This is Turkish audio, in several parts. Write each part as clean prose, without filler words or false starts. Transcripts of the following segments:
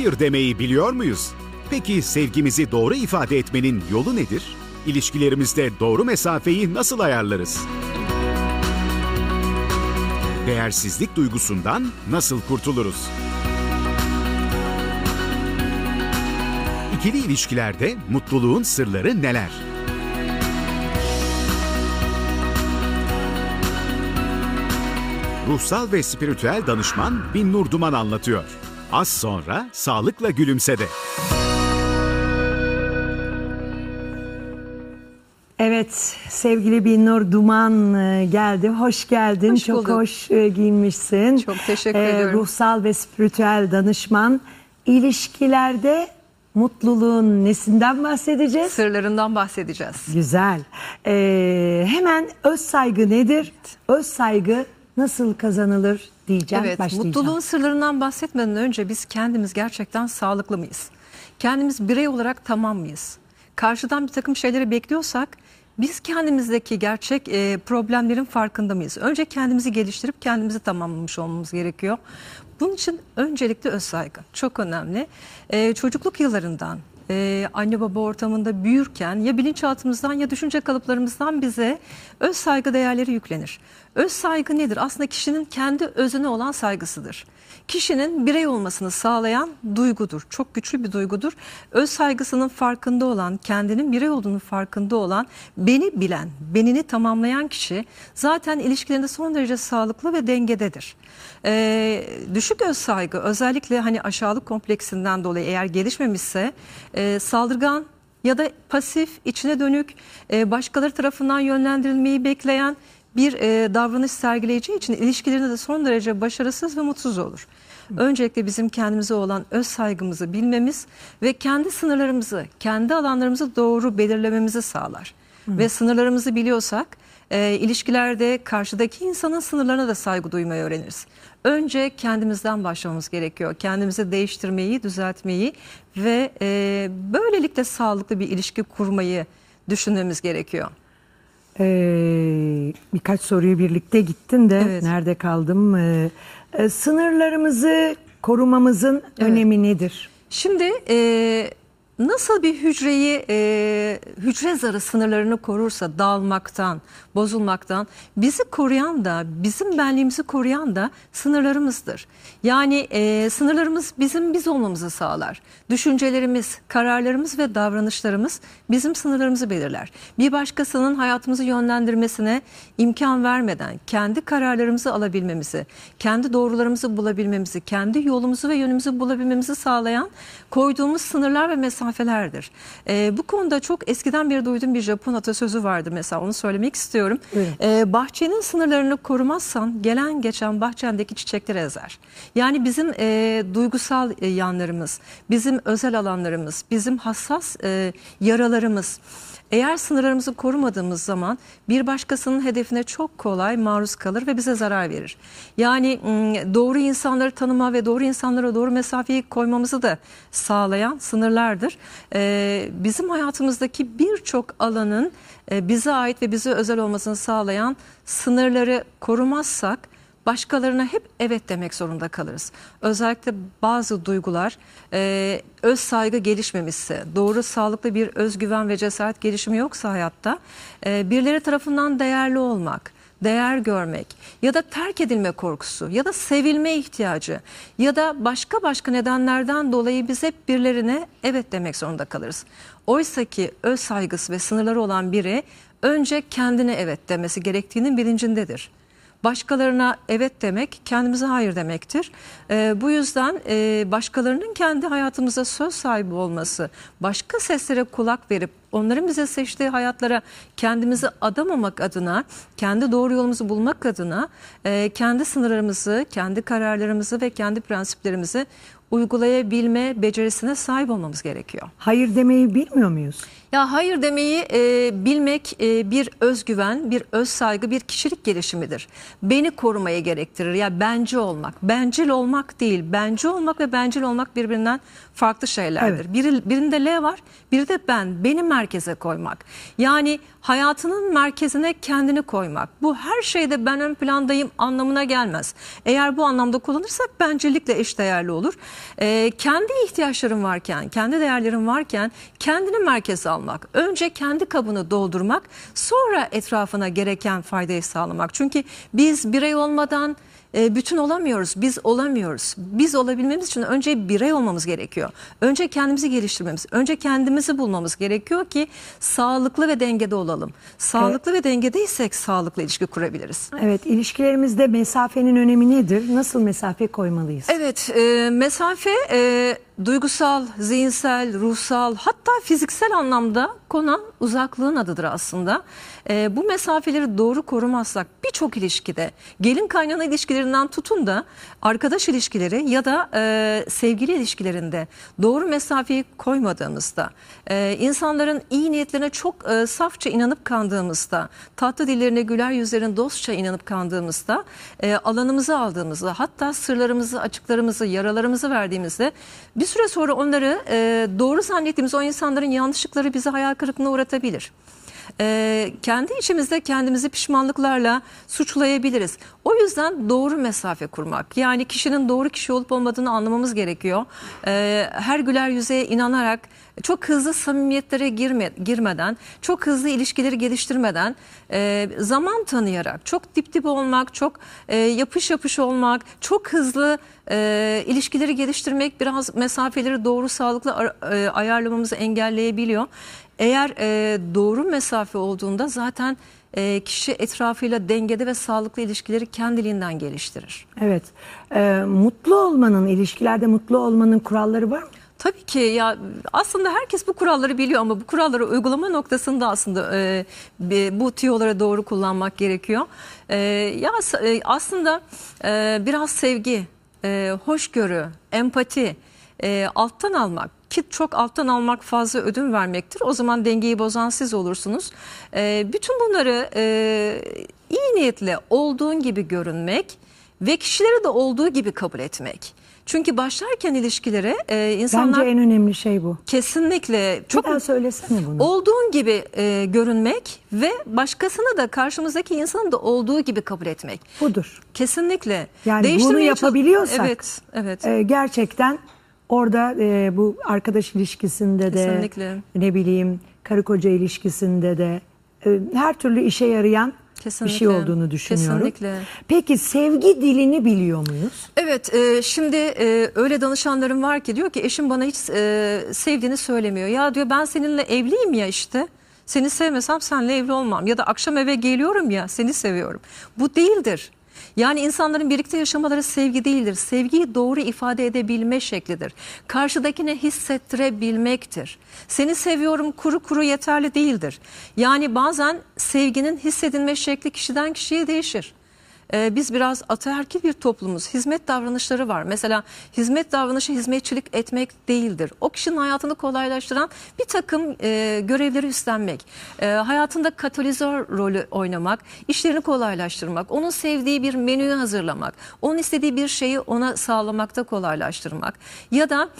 hayır demeyi biliyor muyuz? Peki sevgimizi doğru ifade etmenin yolu nedir? İlişkilerimizde doğru mesafeyi nasıl ayarlarız? Değersizlik duygusundan nasıl kurtuluruz? İkili ilişkilerde mutluluğun sırları neler? Ruhsal ve spiritüel danışman Binnur Duman anlatıyor. Az sonra Sağlıkla Gülümse'de. Evet, sevgili Binnur Duman geldi. Hoş geldin. Hoş Çok bulduk. hoş giyinmişsin. Çok teşekkür ediyorum. Ruhsal ve spiritüel danışman. İlişkilerde mutluluğun nesinden bahsedeceğiz? Sırlarından bahsedeceğiz. Güzel. Hemen öz saygı nedir? Öz saygı nasıl kazanılır diyeceğim, Evet, başlayacağım. mutluluğun sırlarından bahsetmeden önce biz kendimiz gerçekten sağlıklı mıyız? Kendimiz birey olarak tamam mıyız? Karşıdan bir takım şeyleri bekliyorsak biz kendimizdeki gerçek problemlerin farkında mıyız? Önce kendimizi geliştirip kendimizi tamamlamış olmamız gerekiyor. Bunun için öncelikle öz saygı çok önemli. Çocukluk yıllarından anne baba ortamında büyürken ya bilinçaltımızdan ya düşünce kalıplarımızdan bize öz saygı değerleri yüklenir. Öz saygı nedir? Aslında kişinin kendi özüne olan saygısıdır. Kişinin birey olmasını sağlayan duygudur. Çok güçlü bir duygudur. Öz saygısının farkında olan, kendinin birey olduğunu farkında olan, beni bilen, benini tamamlayan kişi zaten ilişkilerinde son derece sağlıklı ve dengededir. Düşük öz saygı özellikle hani aşağılık kompleksinden dolayı eğer gelişmemişse saldırgan ya da pasif, içine dönük, başkaları tarafından yönlendirilmeyi bekleyen bir davranış sergileyeceği için ilişkilerinde de son derece başarısız ve mutsuz olur. Öncelikle bizim kendimize olan öz saygımızı bilmemiz ve kendi sınırlarımızı, kendi alanlarımızı doğru belirlememizi sağlar. Ve sınırlarımızı biliyorsak ilişkilerde karşıdaki insanın sınırlarına da saygı duymayı öğreniriz. Önce kendimizden başlamamız gerekiyor. Kendimizi değiştirmeyi, düzeltmeyi ve böylelikle sağlıklı bir ilişki kurmayı düşünmemiz gerekiyor. Birkaç soruyu birlikte gittin de Evet. nerede kaldım? Sınırlarımızı korumamızın önemi nedir? Şimdi nasıl bir hücreyi hücre zarı sınırlarını korursa dağılmaktan, bozulmaktan bizi koruyan da bizim benliğimizi koruyan da sınırlarımızdır. Yani sınırlarımız bizim biz olmamızı sağlar. Düşüncelerimiz, kararlarımız ve davranışlarımız bizim sınırlarımızı belirler. Bir başkasının hayatımızı yönlendirmesine imkan vermeden kendi kararlarımızı alabilmemizi, kendi doğrularımızı bulabilmemizi, kendi yolumuzu ve yönümüzü bulabilmemizi sağlayan koyduğumuz sınırlar ve mesafelerdir. Bu konuda çok eskiden beri duyduğum bir Japon atasözü vardı mesela, onu söylemek istiyorum. Bahçenin sınırlarını korumazsan gelen geçen bahçendeki çiçekleri ezer. Yani bizim duygusal yanlarımız, bizim özel alanlarımız, bizim hassas yaralarımız, eğer sınırlarımızı korumadığımız zaman bir başkasının hedefine çok kolay maruz kalır ve bize zarar verir. Yani doğru insanları tanıma ve doğru insanlara doğru mesafeyi koymamızı da sağlayan sınırlardır. Bizim hayatımızdaki birçok alanın bize ait ve bize özel olmasını sağlayan sınırları korumazsak başkalarına hep evet demek zorunda kalırız. Özellikle bazı duygular öz saygı gelişmemişse, doğru sağlıklı bir özgüven ve cesaret gelişimi yoksa hayatta birileri tarafından değerli olmak, değer görmek ya da terk edilme korkusu ya da sevilme ihtiyacı ya da başka nedenlerden dolayı biz hep birilerine evet demek zorunda kalırız. Oysa ki öz saygısı ve sınırları olan biri önce kendine evet demesi gerektiğinin bilincindedir. Başkalarına evet demek kendimize hayır demektir. Bu yüzden başkalarının kendi hayatımıza söz sahibi olması, başka seslere kulak verip onların bize seçtiği hayatlara kendimizi adamamak adına, kendi doğru yolumuzu bulmak adına kendi sınırlarımızı, kendi kararlarımızı ve kendi prensiplerimizi uygulayabilme becerisine sahip olmamız gerekiyor. Hayır demeyi bilmiyor muyuz? Ya hayır demeyi bilmek bir özgüven, bir öz saygı, bir kişilik gelişimidir. Beni korumaya gerektirir. Ya bence olmak, bencil olmak değil. Bence olmak ve bencil olmak birbirinden farklı şeylerdir. Evet. Birinde L var, biri de ben. Beni merkeze koymak. Yani hayatının merkezine kendini koymak. Bu her şeyde ben ön plandayım anlamına gelmez. Eğer bu anlamda kullanırsak bencillikle eşdeğerli olur. Kendi ihtiyaçların varken, kendi değerlerin varken kendini merkeze almak. Önce kendi kabını doldurmak, sonra etrafına gereken faydayı sağlamak. Çünkü biz birey olmadan bütün olamıyoruz, biz olamıyoruz. Biz olabilmemiz için önce birey olmamız gerekiyor. Önce kendimizi geliştirmemiz, önce kendimizi bulmamız gerekiyor ki sağlıklı ve dengede olalım. Sağlıklı ve dengedeysek sağlıklı ilişki kurabiliriz. Evet, ilişkilerimizde mesafenin önemi nedir? Nasıl mesafe koymalıyız? Evet, mesafe duygusal, zihinsel, ruhsal, hatta fiziksel anlamda konan uzaklığın adıdır aslında. Bu mesafeleri doğru korumazsak birçok ilişkide, gelin kaynana ilişkilerinden tutun da arkadaş ilişkileri ya da sevgili ilişkilerinde doğru mesafeyi koymadığımızda, insanların iyi niyetlerine çok safça inanıp kandığımızda, tatlı dillerine, güler yüzlerine dostça inanıp kandığımızda, alanımızı aldığımızda, hatta sırlarımızı, açıklarımızı, yaralarımızı verdiğimizde bir süre sonra onları doğru zannettiğimiz o insanların yanlışlıkları bizi hayal kırıklığına uğratabilir. Kendi içimizde kendimizi pişmanlıklarla suçlayabiliriz. O yüzden doğru mesafe kurmak, yani kişinin doğru kişi olup olmadığını anlamamız gerekiyor. Her güler yüzeye inanarak, çok hızlı samimiyetlere girmeden, çok hızlı ilişkileri geliştirmeden, zaman tanıyarak, çok dip dibe olmak, çok yapış yapış olmak, çok hızlı ilişkileri geliştirmek biraz mesafeleri doğru, sağlıklı ayarlamamızı engelleyebiliyor. Eğer doğru mesafe olduğunda zaten kişi etrafıyla dengede ve sağlıklı ilişkileri kendiliğinden geliştirir. Evet, mutlu olmanın, ilişkilerde mutlu olmanın kuralları var mı? Tabii ki, ya aslında herkes bu kuralları biliyor ama bu kuralları uygulama noktasında aslında bu tüyolara doğru kullanmak gerekiyor. Aslında biraz sevgi, hoşgörü, empati, alttan almak, ki çok alttan almak fazla ödün vermektir. O zaman dengeyi bozan siz olursunuz. Bütün bunları iyi niyetle olduğun gibi görünmek ve kişileri de olduğu gibi kabul etmek. Çünkü başlarken ilişkilere insanlar... Bence en önemli şey bu. Kesinlikle. Çok bir daha söylesene bunu. Olduğun gibi görünmek ve başkasını da, karşımızdaki insanı da olduğu gibi kabul etmek. Budur. Kesinlikle. Yani bunu yapabiliyorsak evet. Gerçekten orada bu arkadaş ilişkisinde de, kesinlikle, ne bileyim karı koca ilişkisinde de her türlü işe yarayan kesinlikle bir şey olduğunu düşünüyorum. Kesinlikle. Peki sevgi dilini biliyor muyuz? Evet, şimdi öyle danışanlarım var ki diyor ki eşim bana hiç sevdiğini söylemiyor. Ya diyor, ben seninle evliyim ya işte. Seni sevmesem seninle evli olmam. Ya da akşam eve geliyorum ya, seni seviyorum. Bu değildir. Yani insanların birlikte yaşamaları sevgi değildir. Sevgiyi doğru ifade edebilme şeklidir. Karşıdakine hissettirebilmektir. Seni seviyorum kuru kuru yeterli değildir. Yani bazen sevginin hissedilme şekli kişiden kişiye değişir. Biz biraz ataerkil bir toplumuz. Hizmet davranışları var. Mesela hizmet davranışı hizmetçilik etmek değildir. O kişinin hayatını kolaylaştıran bir takım görevleri üstlenmek. Hayatında katalizör rolü oynamak, işlerini kolaylaştırmak, onun sevdiği bir menüyü hazırlamak, onun istediği bir şeyi ona sağlamakta kolaylaştırmak ya da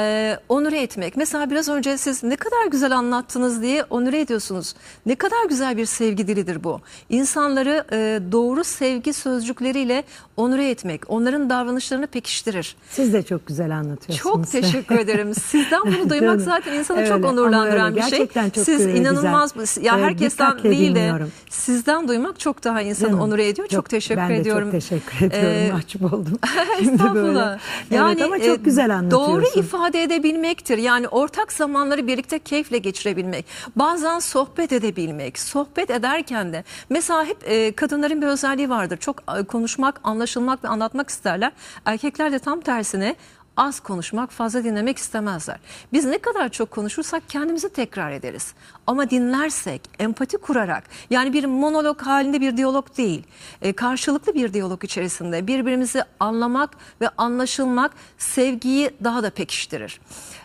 onure etmek. Mesela biraz önce siz ne kadar güzel anlattınız diye onure ediyorsunuz. Ne kadar güzel bir sevgi dilidir bu. İnsanları doğru sevgi sözcükleriyle onure etmek, onların davranışlarını pekiştirir. Siz de çok güzel anlatıyorsunuz. Çok teşekkür ederim. Sizden bunu duymak zaten insanı çok onurlandıran bir şey. Gerçekten çok Siz inanılmaz, güzel. ya herkesten değil de dinliyorum. Sizden duymak çok daha insanı onure ediyor. Çok teşekkür ediyorum. Ben de çok teşekkür ediyorum. Mahcup oldum. Estağfurullah. Yani evet, ama çok güzel anlatıyorsun. Doğru ifade edebilmektir. Yani ortak zamanları birlikte keyifle geçirebilmek. Bazen sohbet edebilmek. Sohbet ederken de mesela hep kadınların bir özelliği vardır. Çok konuşmak, anlaşılmak ve anlatmak isterler. Erkekler de tam tersine az konuşmak, fazla dinlemek istemezler. Biz ne kadar çok konuşursak kendimizi tekrar ederiz. Ama dinlersek, empati kurarak, yani bir monolog halinde bir diyalog değil, karşılıklı bir diyalog içerisinde birbirimizi anlamak ve anlaşılmak sevgiyi daha da pekiştirir.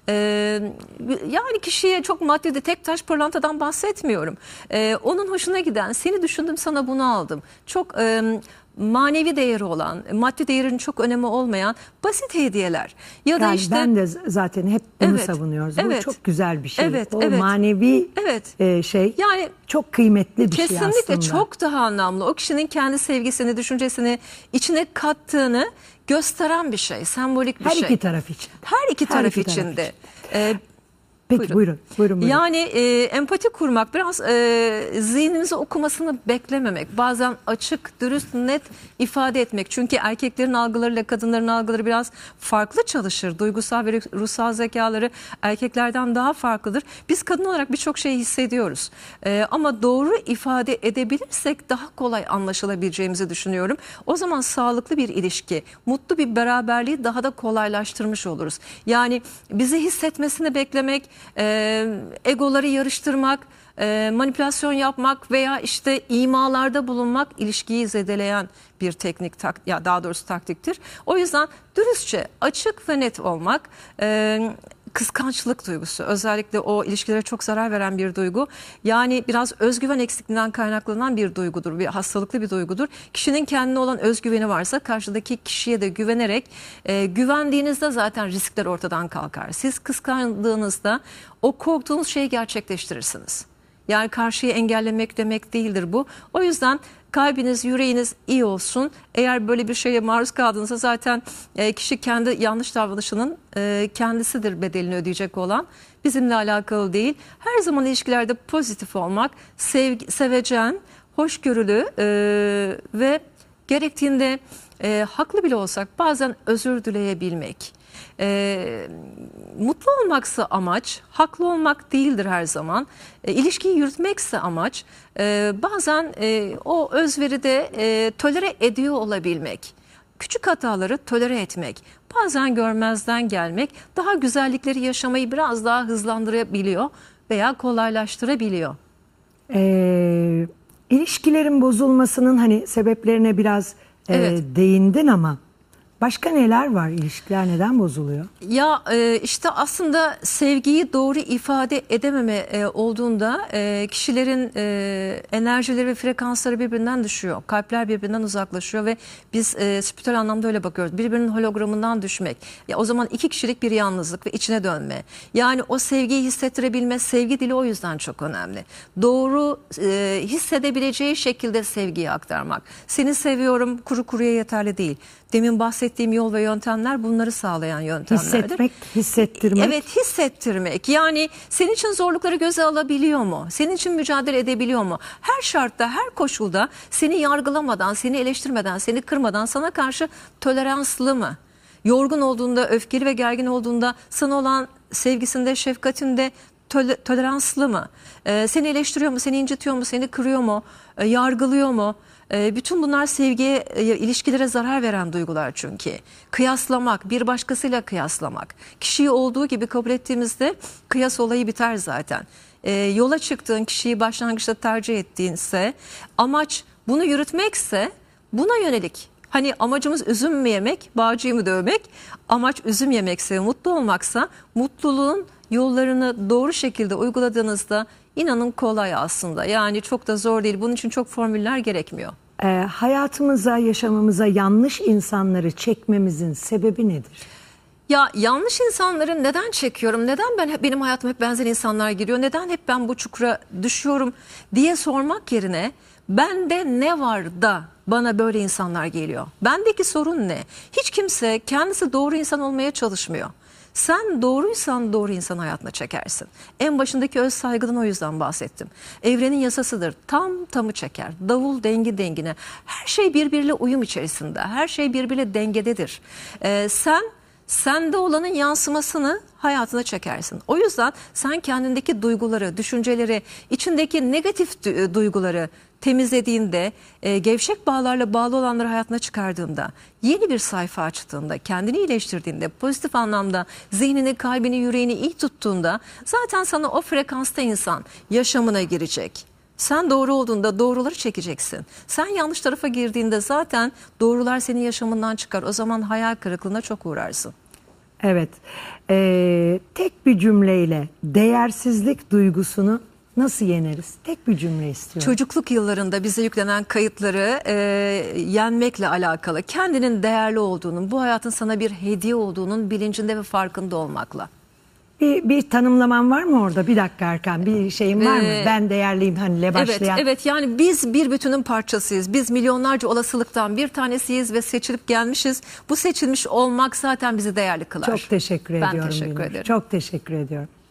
Yani kişiye çok maddi de tek taş pırlantadan bahsetmiyorum. Onun hoşuna giden, seni düşündüm sana bunu aldım. Çok manevi değeri olan, maddi değerinin çok önemi olmayan basit hediyeler. Ya da Yani işte ben de zaten hep bunu Evet, savunuyoruz. Bu evet. çok güzel bir şey. Evet, o evet. manevi Evet. şey Yani çok kıymetli bir şey aslında. kesinlikle çok daha anlamlı. O kişinin kendi sevgisini, düşüncesini içine kattığını gösteren bir şey, sembolik bir Her şey. iki taraf için. Her iki taraf iki taraf için de. Peki buyurun. Yani empati kurmak, biraz zihnimizi okumasını beklememek, bazen açık, dürüst, net ifade etmek. Çünkü erkeklerin algılarıyla kadınların algıları biraz farklı çalışır. Duygusal ve ruhsal zekaları erkeklerden daha farklıdır. Biz kadın olarak birçok şeyi hissediyoruz. Ama doğru ifade edebilirsek daha kolay anlaşılabileceğimizi düşünüyorum. O zaman sağlıklı bir ilişki, mutlu bir beraberliği daha da kolaylaştırmış oluruz. Yani bizi hissetmesini beklemek, egoları yarıştırmak, manipülasyon yapmak veya işte imalarda bulunmak ilişkiyi zedeleyen bir teknik, ya daha doğrusu taktiktir. O yüzden dürüstçe, açık ve net olmak, kıskançlık duygusu özellikle o ilişkilere çok zarar veren bir duygu. Yani biraz özgüven eksikliğinden kaynaklanan bir duygudur, bir hastalıklı bir duygudur. Kişinin kendine olan özgüveni varsa karşıdaki kişiye de güvenerek, güvendiğinizde zaten riskler ortadan kalkar. Siz kıskandığınızda o korktuğunuz şeyi gerçekleştirirsiniz. Yani karşıyı engellemek demek değildir bu. O yüzden kalbiniz, yüreğiniz iyi olsun. Eğer böyle bir şeye maruz kaldığınızda zaten kişi kendi yanlış davranışının kendisidir bedelini ödeyecek olan. Bizimle alakalı değil. Her zaman ilişkilerde pozitif olmak, sevecen, hoşgörülü ve gerektiğinde haklı bile olsak bazen özür dileyebilmek. Mutlu olmaksa amaç, haklı olmak değildir her zaman. İlişkiyi yürütmekse amaç, bazen o özveride tolere ediyor olabilmek. Küçük hataları tolere etmek, bazen görmezden gelmek, daha güzellikleri yaşamayı biraz daha hızlandırabiliyor veya kolaylaştırabiliyor. İlişkilerin bozulmasının hani sebeplerine biraz Evet. değindin ama başka neler var? İlişkiler neden bozuluyor? Ya işte aslında sevgiyi doğru ifade edememe olduğunda kişilerin enerjileri ve frekansları birbirinden düşüyor. Kalpler birbirinden uzaklaşıyor ve biz spiritüel anlamda öyle bakıyoruz. Birbirinin hologramından düşmek. Ya o zaman iki kişilik bir yalnızlık ve içine dönme. Yani o sevgiyi hissettirebilme, sevgi dili o yüzden çok önemli. Doğru hissedebileceği şekilde sevgiyi aktarmak. Seni seviyorum kuru kuruya yeterli değil. Demin bahsettiğim yol ve yöntemler bunları sağlayan yöntemlerdir. Hissetmek, hissettirmek. Evet, hissettirmek. Yani senin için zorlukları göze alabiliyor mu? Senin için mücadele edebiliyor mu? Her şartta, her koşulda seni yargılamadan, seni eleştirmeden, seni kırmadan sana karşı toleranslı mı? Yorgun olduğunda, öfkeli ve gergin olduğunda sana olan sevgisinde, şefkatinde toleranslı mı? Seni eleştiriyor mu, seni incitiyor mu, seni kırıyor mu, yargılıyor mu? Bütün bunlar sevgiye, ilişkilere zarar veren duygular çünkü. Kıyaslamak, bir başkasıyla kıyaslamak. Kişiyi olduğu gibi kabul ettiğimizde kıyas olayı biter zaten. Yola çıktığın kişiyi başlangıçta tercih ettiğinse, amaç bunu yürütmekse buna yönelik. Hani amacımız üzüm mü yemek, bağcıyı mı dövmek? Amaç üzüm yemekse, mutlu olmaksa, mutluluğun yollarını doğru şekilde uyguladığınızda İnanın kolay aslında. Yani çok da zor değil. Bunun için çok formüller gerekmiyor. Hayatımıza, yaşamımıza yanlış insanları çekmemizin sebebi nedir? Ya yanlış insanları neden çekiyorum? Neden benim hayatıma hep benzer insanlar giriyor? Neden hep ben bu çukura düşüyorum diye sormak yerine bende ne var da bana böyle insanlar geliyor? Bendeki sorun ne? Hiç kimse kendisi doğru insan olmaya çalışmıyor. Sen doğruysan doğru insan hayatına çekersin. En başındaki öz saygıdan o yüzden bahsettim. Evrenin yasasıdır. Tamı çeker. Davul dengi dengine. Her şey birbiriyle uyum içerisinde. Her şey birbiriyle dengededir. Sende olanın yansımasını hayatına çekersin. O yüzden sen kendindeki duyguları, düşünceleri, içindeki negatif duyguları temizlediğinde, gevşek bağlarla bağlı olanları hayatına çıkardığında, yeni bir sayfa açtığında, kendini iyileştirdiğinde, pozitif anlamda zihnini, kalbini, yüreğini iyi tuttuğunda zaten sana o frekansta insan yaşamına girecek. Sen doğru olduğunda doğruları çekeceksin. Sen yanlış tarafa girdiğinde zaten doğrular senin yaşamından çıkar. O zaman hayal kırıklığına çok uğrarsın. Evet. Tek bir cümleyle değersizlik duygusunu nasıl yeneriz? Tek bir cümle istiyorum. Çocukluk yıllarında bize yüklenen kayıtları yenmekle alakalı. Kendinin değerli olduğunun, bu hayatın sana bir hediye olduğunun bilincinde ve farkında olmakla. Bir tanımlaman var mı orada? Bir dakika Erkan, bir şeyin var mı? Ben değerliyim hani başlayan. Evet yani biz bir bütünün parçasıyız. Biz milyonlarca olasılıktan bir tanesiyiz ve seçilip gelmişiz. Bu seçilmiş olmak zaten bizi değerli kılar. Çok teşekkür ediyorum. Ben teşekkür ederim. Çok teşekkür ediyorum.